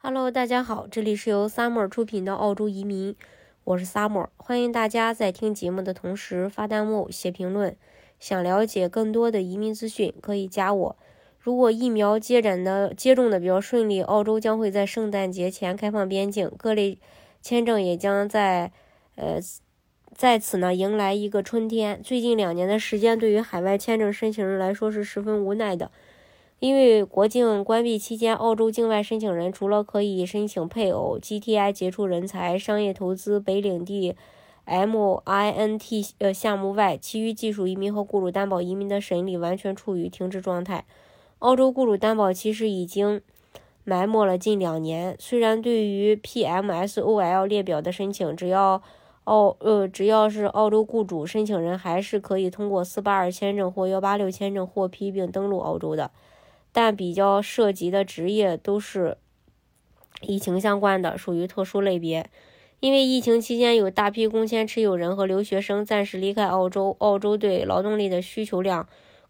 Hello，大家好，这里是由 Summer 出品的澳洲移民，我是 Summer， 欢迎大家在听节目的同时发弹幕、写评论。想了解更多的移民资讯，可以加我。如果疫苗接种的比较顺利，澳洲将会在圣诞节前开放边境，各类签证也将在此迎来一个春天。最近2年的时间，对于海外签证申请人来说是十分无奈的。因为国境关闭期间，澳洲境外申请人除了可以申请配偶、GTI 杰出人才、商业投资、北领地 MINT 项目外，其余技术移民和雇主担保移民的审理完全处于停滞状态。澳洲雇主担保其实已经埋没了近2年。虽然对于 PMSOL 列表的申请，只要是澳洲雇主，申请人还是可以通过482签证或186签证获批并登陆澳洲的。但比较涉及的职业都是疫情相关的，属于特殊类别。因为疫情期间有大批工签持有人和留学生暂时离开澳洲，澳洲对劳动力的需求量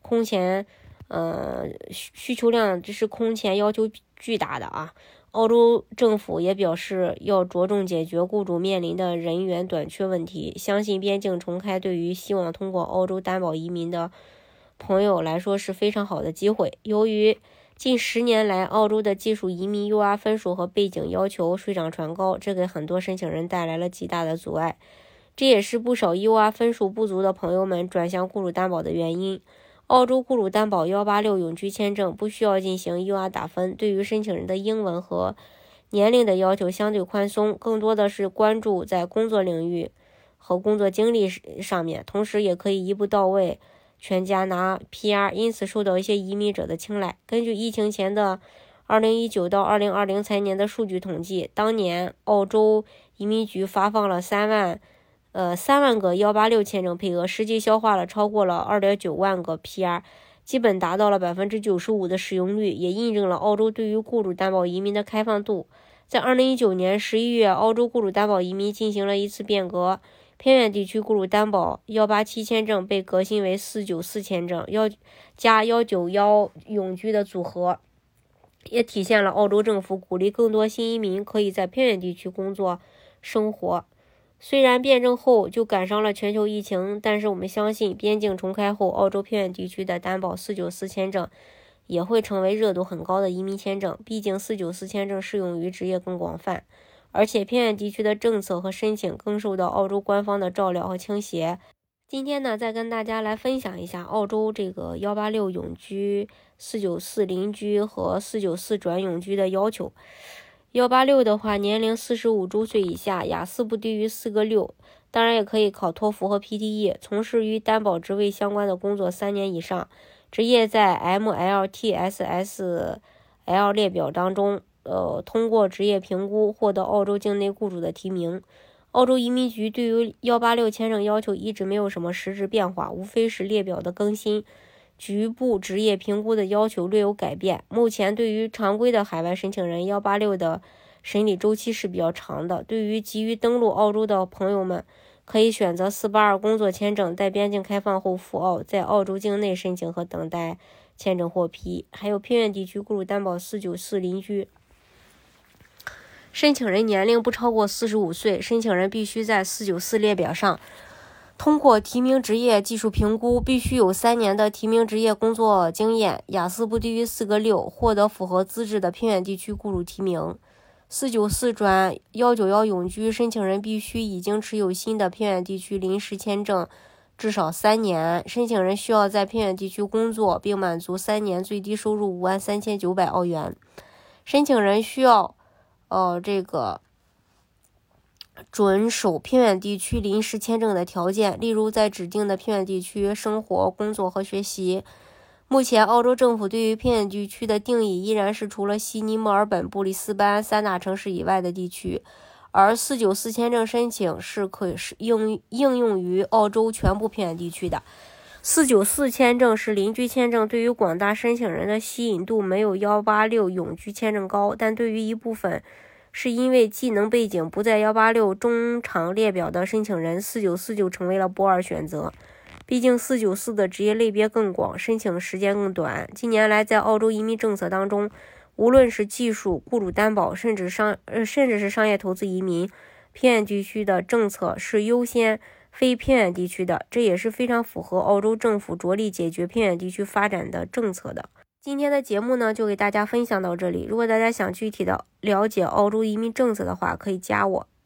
这是空前要求巨大的啊。澳洲政府也表示要着重解决雇主面临的人员短缺问题，相信边境重开对于希望通过澳洲担保移民的朋友来说是非常好的机会。由于近10年来澳洲的技术移民 UR 分数和背景要求水涨船高，这给很多申请人带来了极大的阻碍，这也是不少 UR 分数不足的朋友们转向雇主担保的原因。澳洲雇主担保186永居签证不需要进行 UR 打分，对于申请人的英文和年龄的要求相对宽松，更多的是关注在工作领域和工作经历上面，同时也可以一步到位全家拿 PR， 因此受到一些移民者的青睐。根据疫情前的2019到2020财年的数据统计，当年澳洲移民局发放了3万个186签证配额，实际消化了超过了 2.9 万个 PR， 基本达到了 95% 的使用率，也印证了澳洲对于雇主担保移民的开放度。在2019年11月，澳洲雇主担保移民进行了一次变革，偏远地区雇主担保187签证被革新为494签证加191永居的组合，也体现了澳洲政府鼓励更多新移民可以在偏远地区工作生活。虽然变证后就赶上了全球疫情，但是我们相信边境重开后，澳洲偏远地区的担保494签证也会成为热度很高的移民签证。毕竟494签证适用于职业更广泛，而且偏远地区的政策和申请更受到澳洲官方的照料和倾斜。今天呢，再跟大家来分享一下澳洲这个186永居、494邻居和494转永居的要求。186的话，年龄45周岁以下，雅思不低于4个6，当然也可以考托福和 PTE， 从事与担保职位相关的工作3年以上，职业在 MLTSSL 列表当中，通过职业评估获得澳洲境内雇主的提名。澳洲移民局对于186签证要求一直没有什么实质变化，无非是列表的更新，局部职业评估的要求略有改变。目前对于常规的海外申请人186的审理周期是比较长的。对于急于登陆澳洲的朋友们，可以选择482工作签证，待边境开放后赴澳，在澳洲境内申请和等待签证获批。还有偏远地区雇主担保494邻居，申请人年龄不超过45岁，申请人必须在494列表上通过提名职业技术评估，必须有3年的提名职业工作经验，雅思不低于4个6，获得符合资质的偏远地区雇主提名。494转191永居，申请人必须已经持有新的偏远地区临时签证至少3年，申请人需要在偏远地区工作并满足3年最低收入53900澳元。申请人需要准守偏远地区临时签证的条件，例如在指定的偏远地区生活、工作和学习。目前澳洲政府对于偏远地区的定义依然是除了悉尼、墨尔本、布里斯班3大城市以外的地区，而494签证申请是可以应用于澳洲全部偏远地区的。494签证是邻居签证，对于广大申请人的吸引度没有186永居签证高，但对于一部分是因为技能背景不在186中长列表的申请人，494就成为了不二选择。毕竟494的职业类别更广，申请时间更短。近年来在澳洲移民政策当中， 无论是技术、雇主担保，甚至是商业投资移民，偏远地区的政策是优先非偏远地区的，这也是非常符合澳洲政府着力解决偏远地区发展的政策的。今天的节目呢，就给大家分享到这里。如果大家想具体的了解澳洲移民政策的话，可以加我。